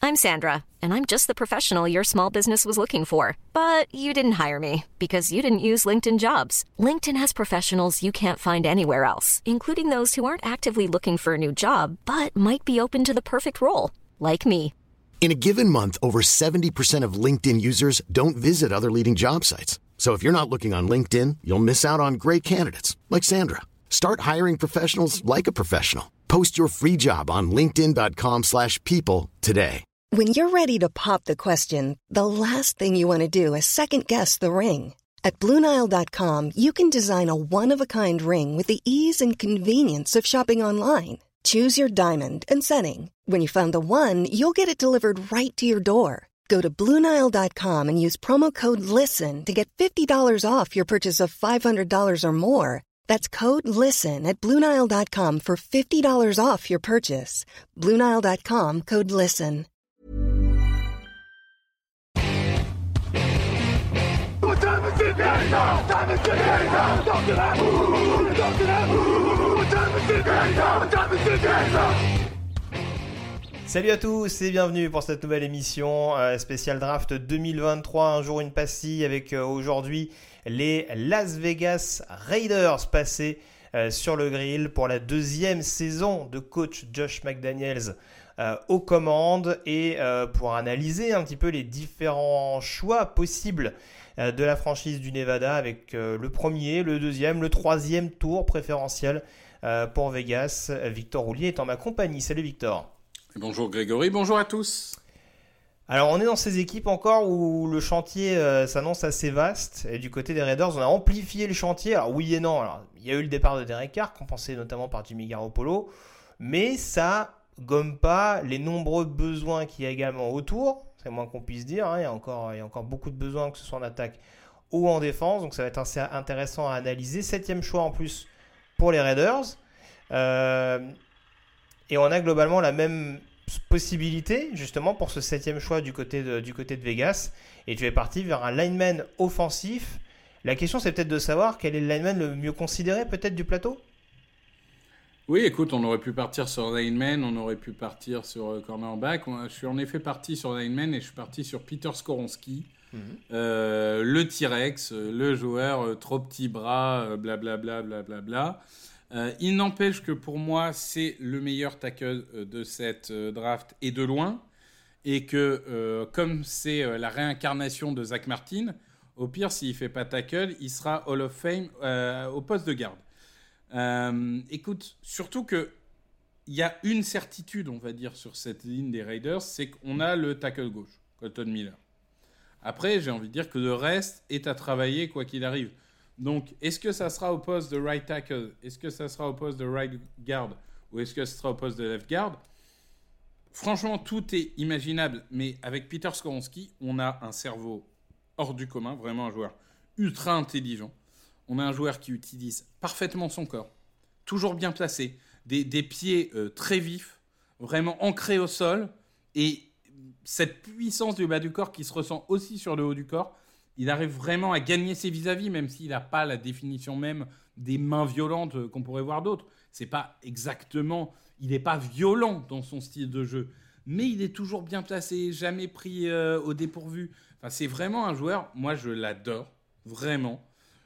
I'm Sandra, and I'm just the professional your small business was looking for. But you didn't hire me because you didn't use LinkedIn Jobs. LinkedIn has professionals you can't find anywhere else, including those who aren't actively looking for a new job, but might be open to the perfect role, like me. In a given month, over 70% of LinkedIn users don't visit other leading job sites. So if you're not looking on LinkedIn, you'll miss out on great candidates like Sandra. Start hiring professionals like a professional. Post your free job on linkedin.com/people today. When you're ready to pop the question, the last thing you want to do is second-guess the ring. At BlueNile.com, you can design a one-of-a-kind ring with the ease and convenience of shopping online. Choose your diamond and setting. When you find the one, you'll get it delivered right to your door. Go to BlueNile.com and use promo code LISTEN to get $50 off your purchase of $500 or more. That's code LISTEN at BlueNile.com for $50 off your purchase. BlueNile.com, code LISTEN. Salut à tous et bienvenue pour cette nouvelle émission spéciale draft 2023, un jour une pastille avec aujourd'hui les Las Vegas Raiders passés sur le grill pour la deuxième saison de coach Josh McDaniels aux commandes et pour analyser un petit peu les différents choix possibles de la franchise du Nevada avec le premier, le deuxième, le troisième tour préférentiel pour Vegas. Victor Roulier est en ma compagnie. Salut Victor. Bonjour Grégory, bonjour à tous. Alors on est dans ces équipes encore où le chantier s'annonce assez vaste et du côté des Raiders on a amplifié le chantier. Alors oui et non, alors, il y a eu le départ de Derek Carr compensé notamment par Jimmy Garoppolo, mais ça gomme pas les nombreux besoins qu'il y a également autour, c'est moins qu'on puisse dire, hein. Il y a encore beaucoup de besoins que ce soit en attaque ou en défense, donc ça va être assez intéressant à analyser. 7e choix en plus pour les Raiders et on a globalement la même possibilité justement pour ce 7e choix du côté de Vegas, et tu es parti vers un lineman offensif. La question c'est peut-être de savoir quel est le lineman le mieux considéré peut-être du plateau. Oui, écoute, on aurait pu partir sur lineman, on aurait pu partir sur cornerback. Je suis en effet parti sur lineman et je suis parti sur Peter Skoronski, le T-Rex, le joueur trop petits bras, blablabla, blablabla. Il n'empêche que pour moi, c'est le meilleur tackle de cette draft et de loin. Et que comme c'est la réincarnation de Zach Martin, au pire, s'il ne fait pas tackle, il sera Hall of Fame au poste de garde. Écoute, surtout qu'il y a une certitude, on va dire, sur cette ligne des Raiders, c'est qu'on a le tackle gauche, Colton Miller. Après, j'ai envie de dire que le reste est à travailler quoi qu'il arrive. Donc, est-ce que ça sera au poste de right tackle? Est-ce que ça sera au poste de right guard? Ou est-ce que ce sera au poste de left guard? Franchement, tout est imaginable. Mais avec Peter Skoronski, on a un cerveau hors du commun, vraiment un joueur ultra intelligent. On a un joueur qui utilise parfaitement son corps, toujours bien placé, des pieds très vifs, vraiment ancrés au sol. Et cette puissance du bas du corps qui se ressent aussi sur le haut du corps, il arrive vraiment à gagner ses vis-à-vis, même s'il n'a pas la définition même des mains violentes qu'on pourrait voir d'autres. C'est pas exactement, il n'est pas violent dans son style de jeu, mais il est toujours bien placé, jamais pris au dépourvu. Enfin, c'est vraiment un joueur, moi je l'adore, vraiment.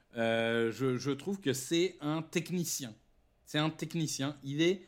Je trouve que c'est un technicien. C'est un technicien. Il est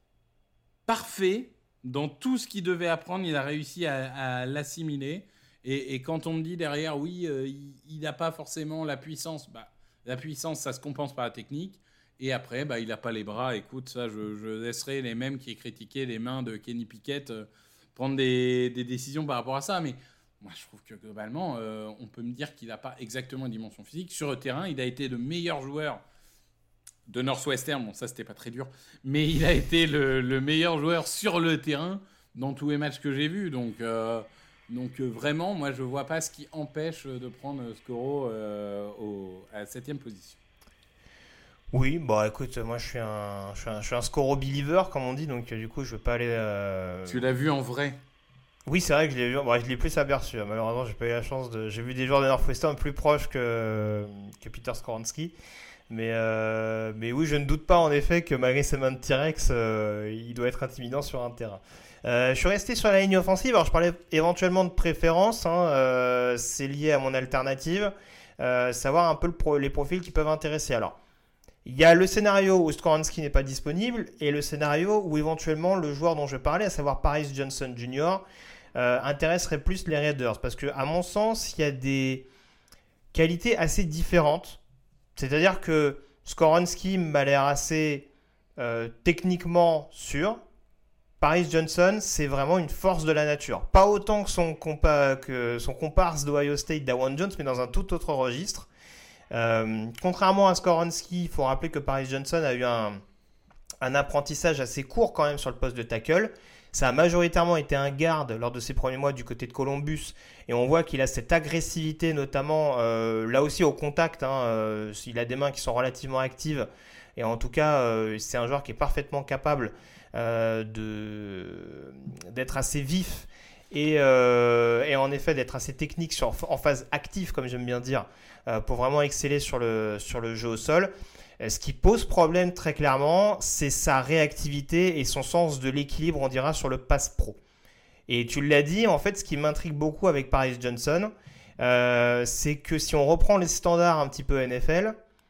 parfait dans tout ce qu'il devait apprendre. Il a réussi à l'assimiler. Et quand on me dit derrière, oui, il n'a pas forcément la puissance. Bah, la puissance, ça se compense par la technique. Et après, bah, il n'a pas les bras. Écoute, ça, je laisserai les mêmes qui critiquaient les mains de Kenny Pickett prendre des décisions par rapport à ça. Mais moi, je trouve que globalement, on peut me dire qu'il n'a pas exactement une dimension physique. Sur le terrain, il a été le meilleur joueur de Northwestern. Bon, ça, c'était pas très dur. Mais il a été le meilleur joueur sur le terrain dans tous les matchs que j'ai vus. Donc vraiment, moi, je vois pas ce qui empêche de prendre Skoro à la 7e position. Oui, bon, écoute, moi, je suis un Skoro believer, comme on dit. Donc, du coup, je vais pas aller... Tu l'as vu en vrai? Oui, c'est vrai que je l'ai vu. Bon, je l'ai plus aperçu. Malheureusement, j'ai pas eu la chance de. J'ai vu des joueurs de Northwestern plus proches que Peter Skoronski. Mais oui, je ne doute pas en effet que malgré ses mains de T-Rex, il doit être intimidant sur un terrain. Je suis resté sur la ligne offensive. Alors, je parlais éventuellement de préférence. C'est lié à mon alternative. Savoir un peu les profils qui peuvent intéresser. Alors, il y a le scénario où Skoronski n'est pas disponible et le scénario où éventuellement le joueur dont je parlais, à savoir Paris Johnson Jr., intéresserait plus les Raiders. Parce qu'à mon sens, il y a des qualités assez différentes. C'est-à-dire que Skoronski m'a l'air assez techniquement sûr. Paris Johnson, c'est vraiment une force de la nature. Pas autant que son comparse d'Ohio State, Dawan Jones, mais dans un tout autre registre. Contrairement à Skoronski, il faut rappeler que Paris Johnson a eu un apprentissage assez court quand même sur le poste de tackle. Ça a majoritairement été un garde lors de ses premiers mois du côté de Columbus. Et on voit qu'il a cette agressivité, notamment là aussi au contact. Il a des mains qui sont relativement actives. Et en tout cas, c'est un joueur qui est parfaitement capable d'être assez vif et en effet d'être assez technique en phase active, comme j'aime bien dire, pour vraiment exceller sur le jeu au sol. Ce qui pose problème très clairement, c'est sa réactivité et son sens de l'équilibre, on dira, sur le pass pro. Et tu l'as dit, en fait, ce qui m'intrigue beaucoup avec Paris Johnson, c'est que si on reprend les standards un petit peu NFL,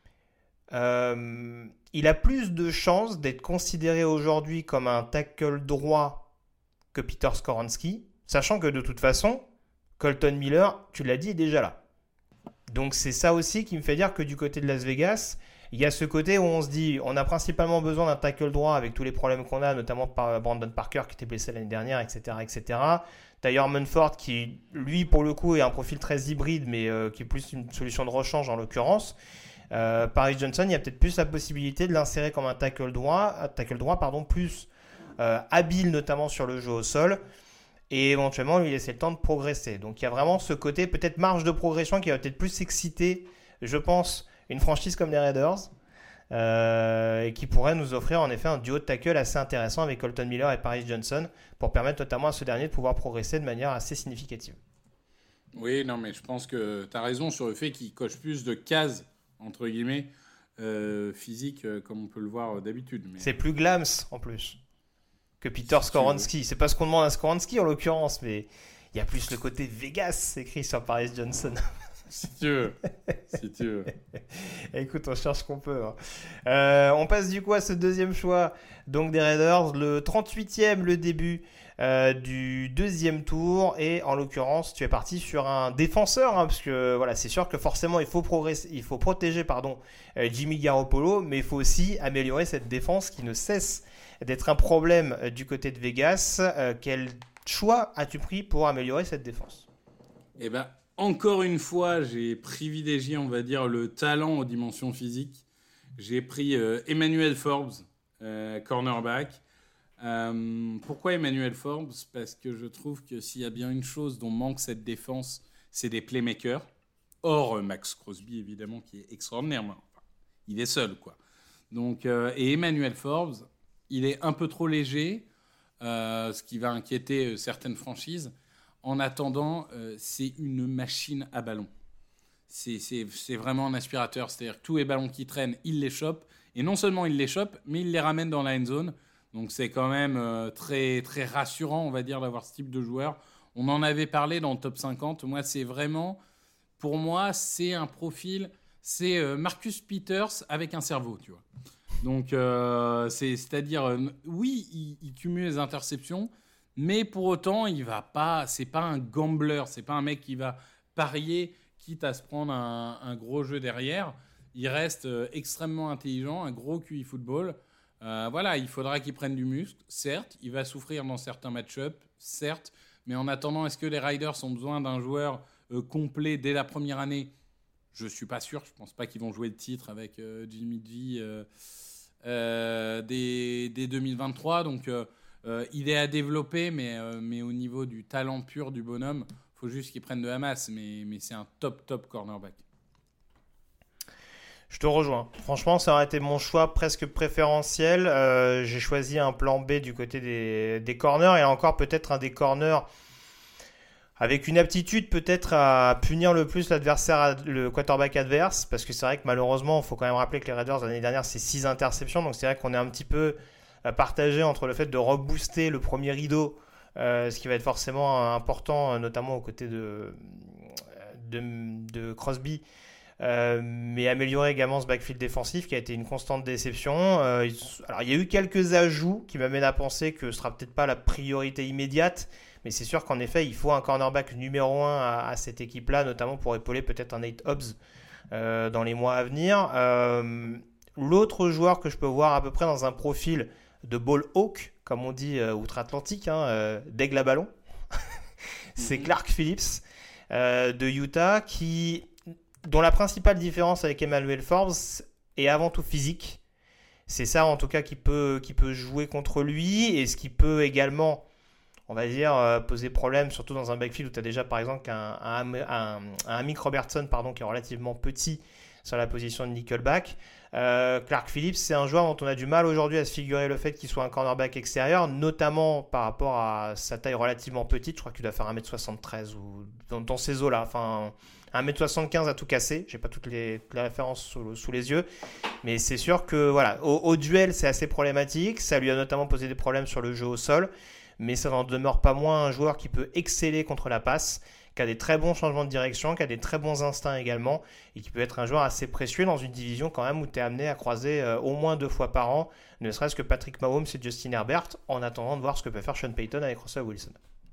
il a plus de chances d'être considéré aujourd'hui comme un tackle droit que Peter Skoronski, sachant que de toute façon, Colton Miller, tu l'as dit, est déjà là. Donc c'est ça aussi qui me fait dire que du côté de Las Vegas, il y a ce côté où on se dit, on a principalement besoin d'un tackle droit avec tous les problèmes qu'on a, notamment par Brandon Parker qui était blessé l'année dernière, etc. etc. D'ailleurs, Munford qui, lui, pour le coup, est un profil très hybride, mais qui est plus une solution de rechange en l'occurrence. Paris Johnson, il y a peut-être plus la possibilité de l'insérer comme un tackle droit, plus habile notamment sur le jeu au sol, et éventuellement lui laisser le temps de progresser. Donc il y a vraiment ce côté peut-être marge de progression qui va peut-être plus exciter, je pense, une franchise comme les Raiders, et qui pourrait nous offrir en effet un duo de tackle assez intéressant avec Colton Miller et Paris Johnson pour permettre notamment à ce dernier de pouvoir progresser de manière assez significative. Oui, non, mais je pense que tu as raison sur le fait qu'il coche plus de cases, entre guillemets, physiques, comme on peut le voir d'habitude. Mais... C'est plus glams en plus que Peter Skoronski. C'est pas ce qu'on demande à Skoronski en l'occurrence, mais il y a plus le côté Vegas écrit sur Paris Johnson. Si tu veux. Écoute, on cherche ce qu'on peut. On passe du coup à ce deuxième choix donc des Raiders, le 38e, le début du deuxième tour, et en l'occurrence tu es parti sur un défenseur, parce que voilà, c'est sûr que forcément il faut protéger Jimmy Garoppolo, mais il faut aussi améliorer cette défense qui ne cesse d'être un problème du côté de Vegas. Quel choix as-tu pris pour améliorer cette défense? Eh ben, encore une fois, j'ai privilégié, on va dire, le talent aux dimensions physiques. J'ai pris Emmanuel Forbes, cornerback. Pourquoi Emmanuel Forbes? Parce que je trouve que s'il y a bien une chose dont manque cette défense, c'est des playmakers. Or, Max Crosby, évidemment, qui est extraordinaire. Enfin, il est seul, quoi. Donc, et Emmanuel Forbes, il est un peu trop léger, ce qui va inquiéter certaines franchises. En attendant, c'est une machine à ballon. C'est vraiment un aspirateur. C'est-à-dire que tous les ballons qui traînent, il les chope. Et non seulement il les chope, mais il les ramène dans la end zone. Donc c'est quand même très, très rassurant, on va dire, d'avoir ce type de joueur. On en avait parlé dans le top 50. Moi, c'est vraiment... Pour moi, c'est un profil... C'est Marcus Peters avec un cerveau, tu vois. Donc, c'est-à-dire... oui, il cumule les interceptions, mais pour autant, il va pas... C'est pas un gambler. C'est pas un mec qui va parier, quitte à se prendre un gros jeu derrière. Il reste extrêmement intelligent, un gros QI football. Voilà, il faudra qu'il prenne du muscle, certes. Il va souffrir dans certains match-ups, certes. Mais en attendant, est-ce que les Riders ont besoin d'un joueur complet dès la première année? Je ne suis pas sûr. Je ne pense pas qu'ils vont jouer le titre avec Jimmy G dès 2023. Donc, il est à développer, mais au niveau du talent pur du bonhomme, il faut juste qu'il prenne de la masse. Mais c'est un top cornerback. Je te rejoins. Franchement, ça aurait été mon choix presque préférentiel. J'ai choisi un plan B du côté des corners, et encore peut-être un des corners avec une aptitude peut-être à punir le plus l'adversaire, le quarterback adverse, parce que c'est vrai que malheureusement, il faut quand même rappeler que les Raiders l'année dernière, c'est 6 interceptions, donc c'est vrai qu'on est un petit peu partagé entre le fait de rebooster le premier rideau, ce qui va être forcément important, notamment aux côtés de Crosby, mais améliorer également ce backfield défensif qui a été une constante déception. Alors il y a eu quelques ajouts qui m'amènent à penser que ce sera peut-être pas la priorité immédiate, mais c'est sûr qu'en effet il faut un cornerback numéro 1 à cette équipe-là, notamment pour épauler peut-être un Nate Hobbs dans les mois à venir. L'autre joueur que je peux voir à peu près dans un profil de ball hawk, comme on dit outre-Atlantique, d'aigle à ballon, c'est Clark Phillips de Utah, dont la principale différence avec Emmanuel Forbes est avant tout physique. C'est ça en tout cas qui peut jouer contre lui, et ce qui peut également, on va dire, poser problème, surtout dans un backfield où tu as déjà par exemple un Mick Robertson qui est relativement petit sur la position de nickelback. Clark Phillips, c'est un joueur dont on a du mal aujourd'hui à se figurer le fait qu'il soit un cornerback extérieur, notamment par rapport à sa taille relativement petite. Je crois qu'il doit faire 1m73 ou dans ces eaux-là. Enfin, 1m75 à tout casser. J'ai pas toutes les références sous les yeux. Mais c'est sûr que voilà, au duel, c'est assez problématique. Ça lui a notamment posé des problèmes sur le jeu au sol. Mais ça n'en demeure pas moins un joueur qui peut exceller contre la passe, qui a des très bons changements de direction, qui a des très bons instincts également, et qui peut être un joueur assez précieux dans une division quand même où tu es amené à croiser au moins 2 fois par an, ne serait-ce que Patrick Mahomes et Justin Herbert, en attendant de voir ce que peut faire Sean Payton avec Russell Wilson.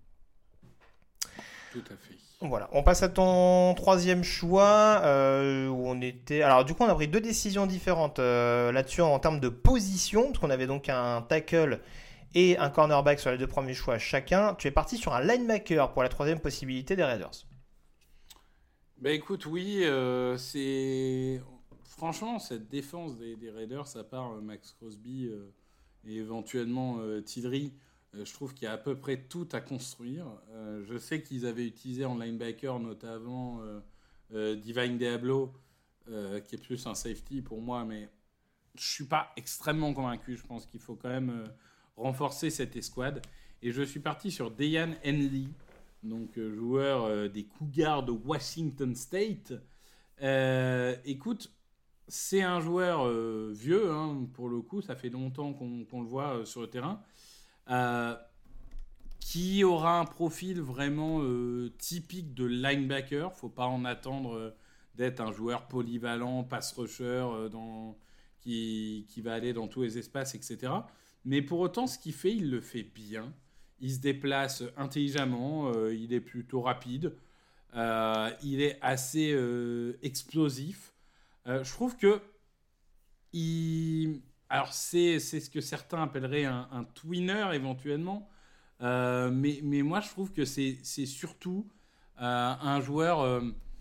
Tout à fait. Voilà, on passe à ton troisième choix, où on était... Alors du coup, on a pris 2 décisions différentes là-dessus en termes de position, parce qu'on avait donc un tackle et un cornerback sur les 2 premiers choix chacun. Tu es parti sur un linebacker pour la 3e possibilité des Raiders. Écoute, oui, c'est... Franchement, cette défense des Raiders, à part Max Crosby et éventuellement Tillery, je trouve qu'il y a à peu près tout à construire. Je sais qu'ils avaient utilisé en linebacker notamment Divine Deablo, qui est plus un safety pour moi, mais je ne suis pas extrêmement convaincu. Je pense qu'il faut quand même... renforcer cette escouade, et je suis parti sur Dayan Henley, donc joueur des Cougars de Washington State. Écoute, c'est un joueur vieux, pour le coup, ça fait longtemps qu'on le voit sur le terrain, qui aura un profil vraiment typique de linebacker. Faut pas en attendre d'être un joueur polyvalent, pass rusher, qui va aller dans tous les espaces, etc. Mais pour autant, ce qu'il fait, il le fait bien. Il se déplace intelligemment, il est plutôt rapide, il est assez explosif. Je trouve que alors c'est ce que certains appelleraient un tweener éventuellement, mais moi je trouve que c'est surtout un joueur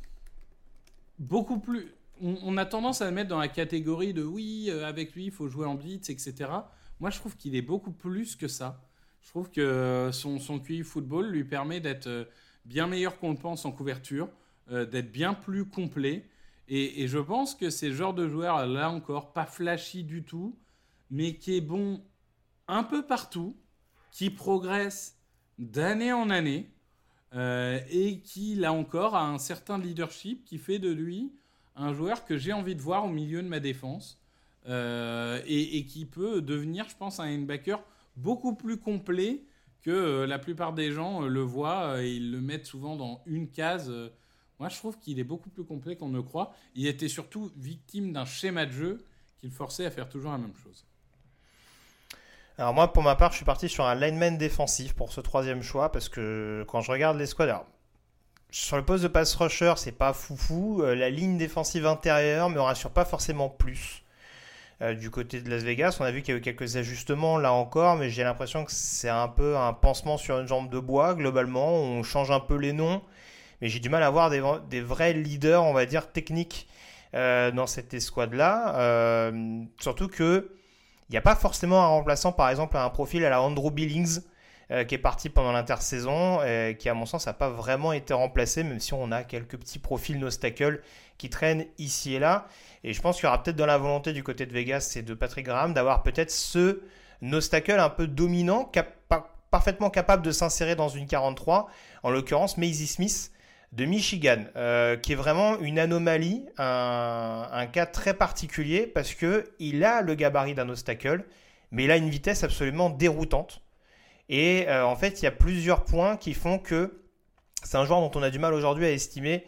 beaucoup plus... On a tendance à le mettre dans la catégorie de oui, avec lui il faut jouer en blitz, etc. Moi, je trouve qu'il est beaucoup plus que ça. Je trouve que son QI football lui permet d'être bien meilleur qu'on le pense en couverture, d'être bien plus complet. Et je pense que c'est le genre de joueur, là encore, pas flashy du tout, mais qui est bon un peu partout, qui progresse d'année en année, et qui, là encore, a un certain leadership qui fait de lui un joueur que j'ai envie de voir au milieu de ma défense. Et qui peut devenir, je pense, un linebacker beaucoup plus complet que la plupart des gens le voient et ils le mettent souvent dans une case. Moi, je trouve qu'il est beaucoup plus complet qu'on ne croit. Il était surtout victime d'un schéma de jeu qui le forçait à faire toujours la même chose. Alors moi, pour ma part, je suis parti sur un lineman défensif pour ce 3e choix, parce que quand je regarde l'escouade, alors, sur le poste de pass rusher, c'est pas foufou. La ligne défensive intérieure me rassure pas forcément plus. Du côté de Las Vegas, on a vu qu'il y a eu quelques ajustements là encore, mais j'ai l'impression que c'est un peu un pansement sur une jambe de bois. Globalement, on change un peu les noms, mais j'ai du mal à voir des vrais leaders, on va dire, techniques dans cette escouade-là. Surtout qu'il n'y a pas forcément un remplaçant, par exemple, à un profil à la Andrew Billings, qui est parti pendant l'intersaison, qui à mon sens n'a pas vraiment été remplacé, même si on a quelques petits profils nose tackle qui traînent ici et là. Et je pense qu'il y aura peut-être dans la volonté du côté de Vegas et de Patrick Graham d'avoir peut-être ce nose tackle un peu dominant, parfaitement capable de s'insérer dans une 43, en l'occurrence Mazie Smith de Michigan, qui est vraiment une anomalie, un cas très particulier, parce qu'il a le gabarit d'un nose tackle, mais il a une vitesse absolument déroutante. Et en fait, il y a plusieurs points qui font que c'est un joueur dont on a du mal aujourd'hui à estimer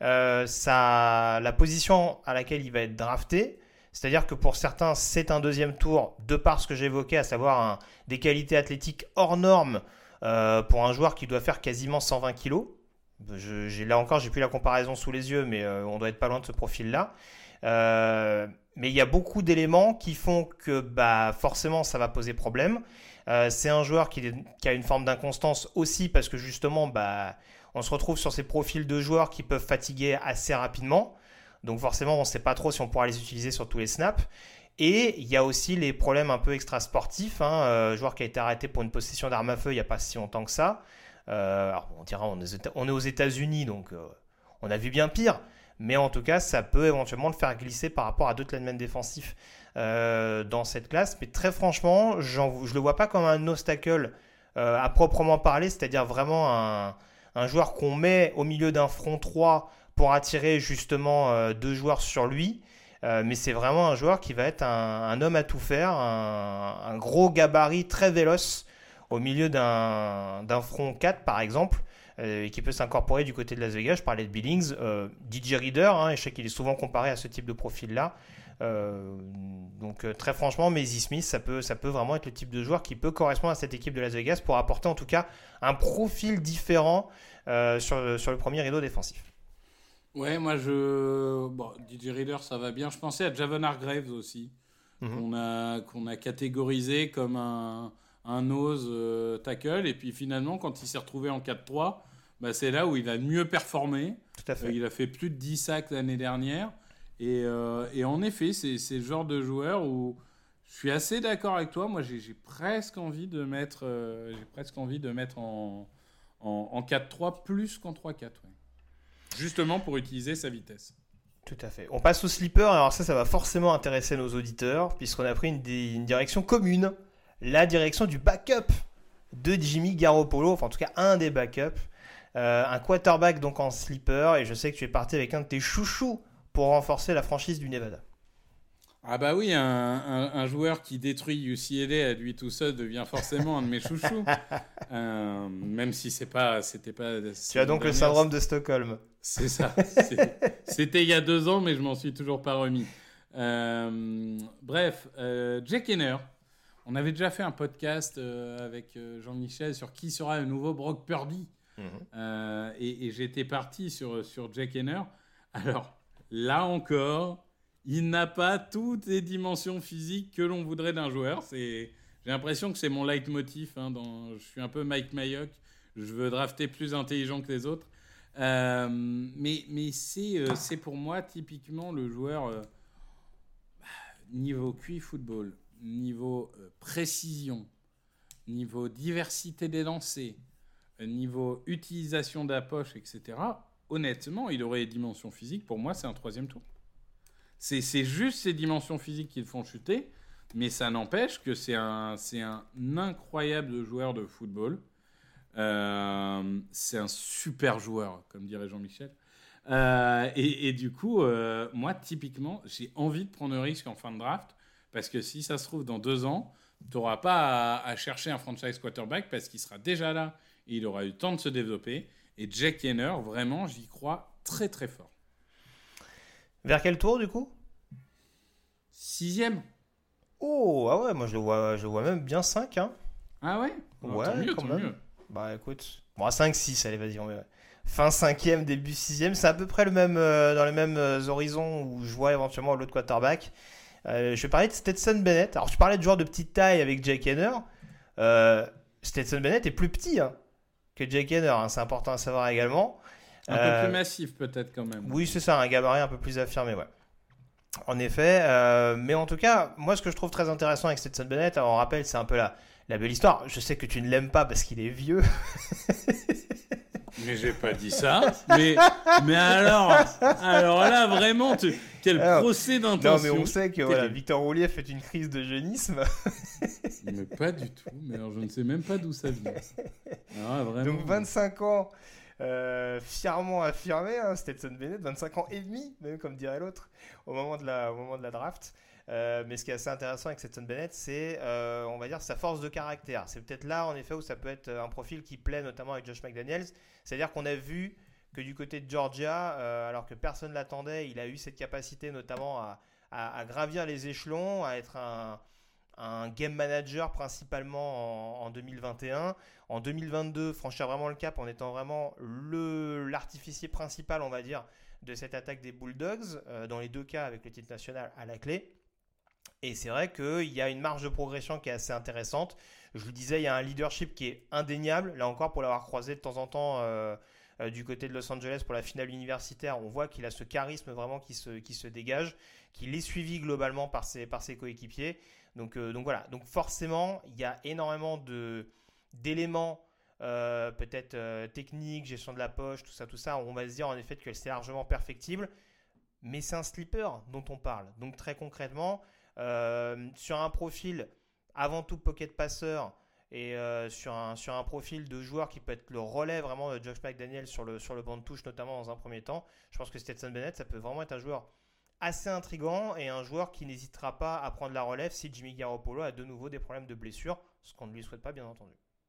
la position à laquelle il va être drafté. C'est-à-dire que pour certains, c'est un deuxième tour, de par ce que j'évoquais, à savoir des qualités athlétiques hors normes pour un joueur qui doit faire quasiment 120 kg. Là encore, j'ai plus la comparaison sous les yeux, mais on doit être pas loin de ce profil-là. Mais il y a beaucoup d'éléments qui font que forcément, ça va poser problème. C'est un joueur qui a une forme d'inconstance aussi parce que justement, on se retrouve sur ces profils de joueurs qui peuvent fatiguer assez rapidement. Donc forcément, on ne sait pas trop si on pourra les utiliser sur tous les snaps. Et il y a aussi les problèmes un peu extrasportifs. Joueur qui a été arrêté pour une possession d'arme à feu il n'y a pas si longtemps que ça. Alors on dira on est aux États-Unis, donc on a vu bien pire. Mais en tout cas, ça peut éventuellement le faire glisser par rapport à d'autres linemen défensifs dans cette classe. Mais très franchement, je ne le vois pas comme un no-tackle à proprement parler, c'est-à-dire vraiment un joueur qu'on met au milieu d'un front 3 pour attirer justement 2 joueurs sur lui. Mais c'est vraiment un joueur qui va être un homme à tout faire, un gros gabarit très véloce au milieu d'un front 4 par exemple. Et qui peut s'incorporer du côté de Las Vegas. Je parlais de Billings, DJ Reader, et je sais qu'il est souvent comparé à ce type de profil-là. Donc très franchement, Mazi Smith, ça peut vraiment être le type de joueur qui peut correspondre à cette équipe de Las Vegas pour apporter en tout cas un profil différent sur le premier rideau défensif. Ouais, moi DJ Reader, ça va bien. Je pensais à Javon Hargraves aussi, qu'on a catégorisé comme un nose tackle, et puis finalement quand il s'est retrouvé en 4-3, c'est là où il a mieux performé. Tout à fait. Il a fait plus de 10 sacs l'année dernière, et en effet c'est le genre de joueur où je suis assez d'accord avec toi. Moi j'ai presque envie de mettre en 4-3 plus qu'en 3-4, ouais. Justement pour utiliser sa vitesse. Tout à fait. On passe au sleeper. Alors ça va forcément intéresser nos auditeurs puisqu'on a pris une direction commune. La direction du backup de Jimmy Garoppolo, enfin en tout cas un des backups, un quarterback donc en sleeper, et je sais que tu es parti avec un de tes chouchous pour renforcer la franchise du Nevada. Ah bah oui, un joueur qui détruit UCLA à lui tout seul devient forcément un de mes chouchous, même si c'était pas. Tu as donc le syndrome de Stockholm. C'est ça. C'était il y a 2 ans, mais je m'en suis toujours pas remis. Bref, Jake Henner. On avait déjà fait un podcast avec Jean-Michel sur qui sera le nouveau Brock Purdy. Et j'étais parti sur Jake Henner. Alors, là encore, il n'a pas toutes les dimensions physiques que l'on voudrait d'un joueur. J'ai l'impression que c'est mon leitmotiv. Je suis un peu Mike Mayock. Je veux drafter plus intelligent que les autres. Mais c'est pour moi typiquement le joueur niveau QI football, niveau précision, niveau diversité des lancers, niveau utilisation de la poche, etc. Honnêtement, il aurait les dimensions physiques. Pour moi, c'est un 3e tour. C'est juste ces dimensions physiques qui le font chuter, mais ça n'empêche que c'est un incroyable joueur de football. C'est un super joueur, comme dirait Jean-Michel. Et du coup, moi, typiquement, j'ai envie de prendre un risque en fin de draft, parce que si ça se trouve, dans 2 ans, tu n'auras pas à chercher un franchise quarterback, parce qu'il sera déjà là et il aura eu le temps de se développer. Et Jake Henner, vraiment, j'y crois très très fort. Vers quel tour, du coup ? 6e. Oh, ah ouais, moi je le vois même bien 5. Ah ouais ? Ouais, tant mieux, quand tant même. mieux. Bah écoute, 5-6, allez, vas-y, on va. Fin 5e, début 6e, c'est à peu près dans les mêmes horizons où je vois éventuellement l'autre quarterback. Je vais parler de Stetson Bennett. Alors, tu parlais de joueur de petite taille avec Jake Henner. Stetson Bennett est plus petit que Jake Henner, c'est important à savoir également. Un peu plus massif peut-être quand même. Oui, c'est ça, un gabarit un peu plus affirmé, ouais. En effet, mais en tout cas, moi ce que je trouve très intéressant avec Stetson Bennett, alors on rappelle, c'est un peu la belle histoire. Je sais que tu ne l'aimes pas parce qu'il est vieux. Mais j'ai pas dit ça. Mais alors là vraiment, quel procès d'intention. Non, mais on sait que voilà, Victor Roulier fait une crise de jeunisme. Mais pas du tout. Mais alors je ne sais même pas d'où ça vient. Alors, vraiment. Donc 25 ans, fièrement affirmé, Stetson Bennett, 25 ans et demi, même comme dirait l'autre, au moment de la draft. Mais ce qui est assez intéressant avec Stetson Bennett, c'est, on va dire, sa force de caractère. C'est peut-être là, en effet, où ça peut être un profil qui plaît, notamment avec Josh McDaniels. C'est-à-dire qu'on a vu que du côté de Georgia, alors que personne ne l'attendait, il a eu cette capacité notamment à gravir les échelons, à être un game manager principalement en 2021. En 2022, franchir vraiment le cap en étant vraiment l'artificier principal, on va dire, de cette attaque des Bulldogs, dans les deux cas avec le titre national à la clé. Et c'est vrai qu'il y a une marge de progression qui est assez intéressante. Je vous le disais, il y a un leadership qui est indéniable. Là encore, pour l'avoir croisé de temps en temps du côté de Los Angeles pour la finale universitaire, on voit qu'il a ce charisme vraiment qui se dégage, qu'il est suivi globalement par ses coéquipiers. Donc voilà. Donc forcément, il y a énormément d'éléments peut-être techniques, gestion de la poche, tout ça. On va se dire en effet que c'est largement perfectible. Mais c'est un sleeper dont on parle. Donc très concrètement, sur un profil avant tout pocket passeur et sur un profil de joueur qui peut être le relais vraiment de Josh McDaniels sur le banc de touche, notamment dans un premier temps, je pense que Stetson Bennett, ça peut vraiment être un joueur assez intriguant et un joueur qui n'hésitera pas à prendre la relève si Jimmy Garoppolo a de nouveau des problèmes de blessure, ce qu'on ne lui souhaite pas bien entendu.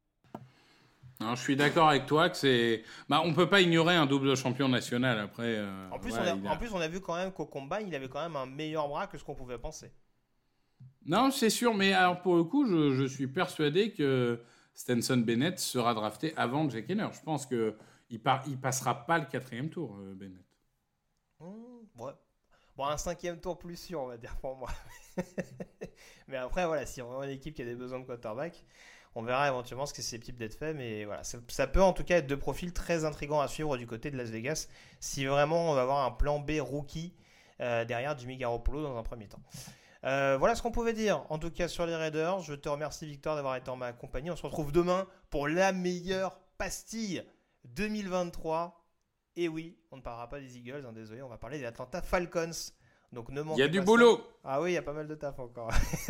Non, je suis d'accord avec toi que c'est. On peut pas ignorer un double champion national après. En plus, on a vu quand même qu'au combine, il avait quand même un meilleur bras que ce qu'on pouvait penser. Non, c'est sûr, mais alors pour le coup, je suis persuadé que Stetson Bennett sera drafté avant Jake Henner. Je pense qu'il passera pas le 4e tour, Bennett. Ouais. Bon, un 5e tour plus sûr, on va dire pour moi. Mais après, voilà, si on a vraiment une équipe qui a des besoins de quarterback, on verra éventuellement ce qui est susceptible d'être fait. Mais voilà, ça peut en tout cas être deux profils très intrigants à suivre du côté de Las Vegas si vraiment on va avoir un plan B rookie derrière Jimmy Garoppolo dans un premier temps. Voilà ce qu'on pouvait dire en tout cas sur les Raiders. Je te remercie Victor d'avoir été en ma compagnie. On se retrouve demain pour la meilleure pastille 2023. Et oui, on ne parlera pas des Eagles, désolé, on va parler des Atlanta Falcons. Donc ne manquez pas. Il y a du boulot. Ah oui, il y a pas mal de taf encore.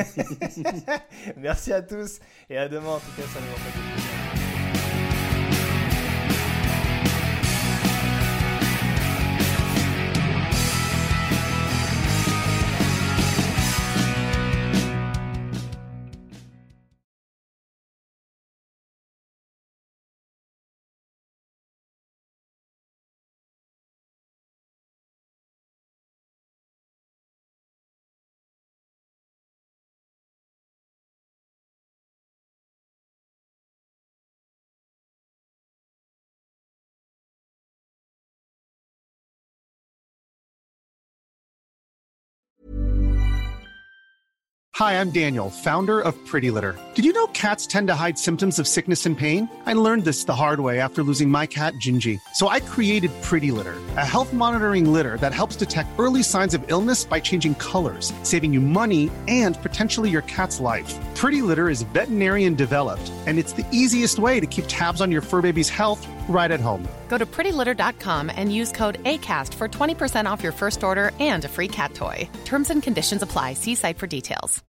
Merci à tous et à demain en tout cas, ça nous fait plaisir. Hi, I'm Daniel, founder of Pretty Litter. Did you know cats tend to hide symptoms of sickness and pain? I learned this the hard way after losing my cat, Gingy. So I created Pretty Litter, a health monitoring litter that helps detect early signs of illness by changing colors, saving you money and potentially your cat's life. Pretty Litter is veterinarian developed, and it's the easiest way to keep tabs on your fur baby's health right at home. Go to prettylitter.com and use code ACAST for 20% off your first order and a free cat toy. Terms and conditions apply. See site for details.